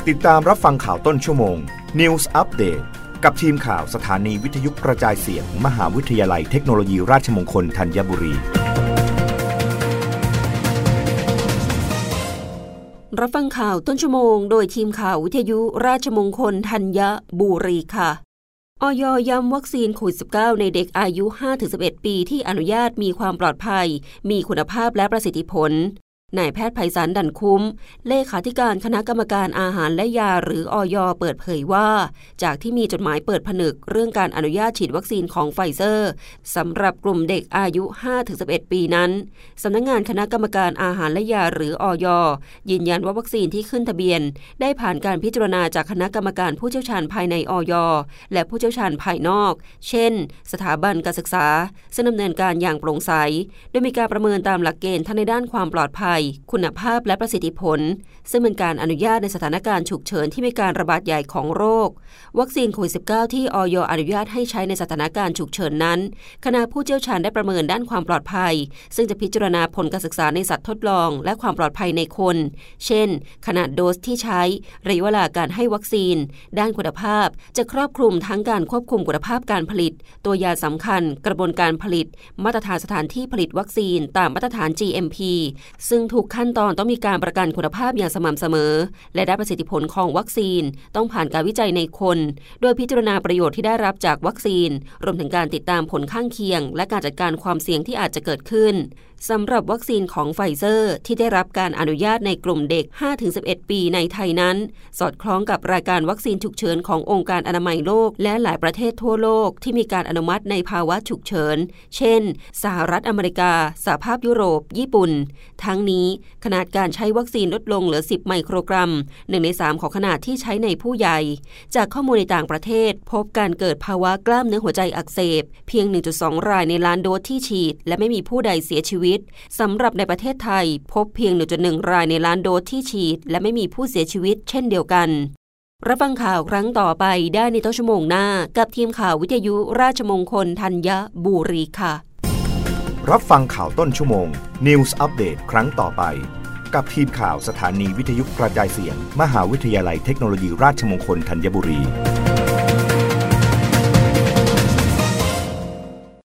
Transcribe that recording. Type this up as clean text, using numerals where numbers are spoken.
ติดตามรับฟังข่าวต้นชั่วโมง News Update กับทีมข่าวสถานีวิทยุกระจายเสียง มหาวิทยาลัยเทคโนโลยีราชมงคลธัญบุรีรับฟังข่าวต้นชั่วโมงโดยทีมข่าววิทยุราชมงคลธัญบุรีค่ะอย.ย้ำวัคซีนโควิด -19 ในเด็กอายุ 5-11 ปีที่อนุญาตมีความปลอดภัยมีคุณภาพและประสิทธิผลนายแพทย์ไพศาล ดั่นคุ้มเลขาธิการคณะกรรมการอาหารและยาหรืออย.เปิดเผยว่าจากที่มีจดหมายเปิดผนึกเรื่องการอนุญาตฉีดวัคซีนของไฟเซอร์สำหรับกลุ่มเด็กอายุ 5-11 ปีนั้นสำนักงานคณะกรรมการอาหารและยาหรืออย.ยืนยันว่าวัคซีนที่ขึ้นทะเบียนได้ผ่านการพิจารณาจากคณะกรรมการผู้เชี่ยวชาญภายในอย.และผู้เชี่ยวชาญภายนอกเช่นสถาบันการศึกษาซึ่งดำเนินการอย่างโปร่งใสโดยมีการประเมินตามหลักเกณฑ์ทั้งในด้านความปลอดภัยคุณภาพและประสิทธิผลซึ่งเป็นการอนุญาตในสถานการณ์ฉุกเฉินที่มีการระบาดใหญ่ของโรควัคซีนโควิด -19 ที่อย.อนุญาตให้ใช้ในสถานการณ์ฉุกเฉินนั้นคณะผู้เชี่ยวชาญได้ประเมินด้านความปลอดภัยซึ่งจะพิจารณาผลการศึกษาในสัตว์ทดลองและความปลอดภัยในคนเช่นขนาดโดสที่ใช้ระยะเวลาการให้วัคซีนด้านคุณภาพจะครอบคลุมทั้งการควบคุมคุณภาพการผลิตตัวยาสำคัญกระบวนการผลิตมาตรฐานสถานที่ผลิตวัคซีนตามมาตรฐาน GMP ซึ่งทุกขั้นตอนต้องมีการประกันคุณภาพอย่างสม่ำเสมอและด้านประสิทธิผลของวัคซีนต้องผ่านการวิจัยในคนโดยพิจารณาประโยชน์ที่ได้รับจากวัคซีนรวมถึงการติดตามผลข้างเคียงและการจัดการความเสี่ยงที่อาจจะเกิดขึ้นสำหรับวัคซีนของไฟเซอร์ที่ได้รับการอนุญาตในกลุ่มเด็ก 5-11 ปีในไทยนั้นสอดคล้องกับรายการวัคซีนฉุกเฉินขององค์การอนามัยโลกและหลายประเทศทั่วโลกที่มีการอนุมัติในภาวะฉุกเฉินเช่นสหรัฐอเมริกาสหภาพยุโรปญี่ปุ่นทั้งนี้ขนาดการใช้วัคซีนลดลงเหลือ10ไมโครกรัม1ใน3ของขนาดที่ใช้ในผู้ใหญ่จากข้อมูลในต่างประเทศพบการเกิดภาวะกล้ามเนื้อหัวใจอักเสบเพียง 1.2 รายในล้านโดสที่ฉีดและไม่มีผู้ใดเสียชีวิตสำหรับในประเทศไทยพบเพียง 1.1 รายในล้านโดสที่ฉีดและไม่มีผู้เสียชีวิตเช่นเดียวกันรับฟังข่าวครั้งต่อไปได้ในต้นชั่วโมงหน้ากับทีมข่าววิทยุราชมงคลธัญบุรีค่ะรับฟังข่าวต้นชั่วโมง News Update ครั้งต่อไปกับทีมข่าวสถานีวิทยุกระจายเสียงมหาวิทยาลัยเทคโนโลยีราชมงคลธัญบุรี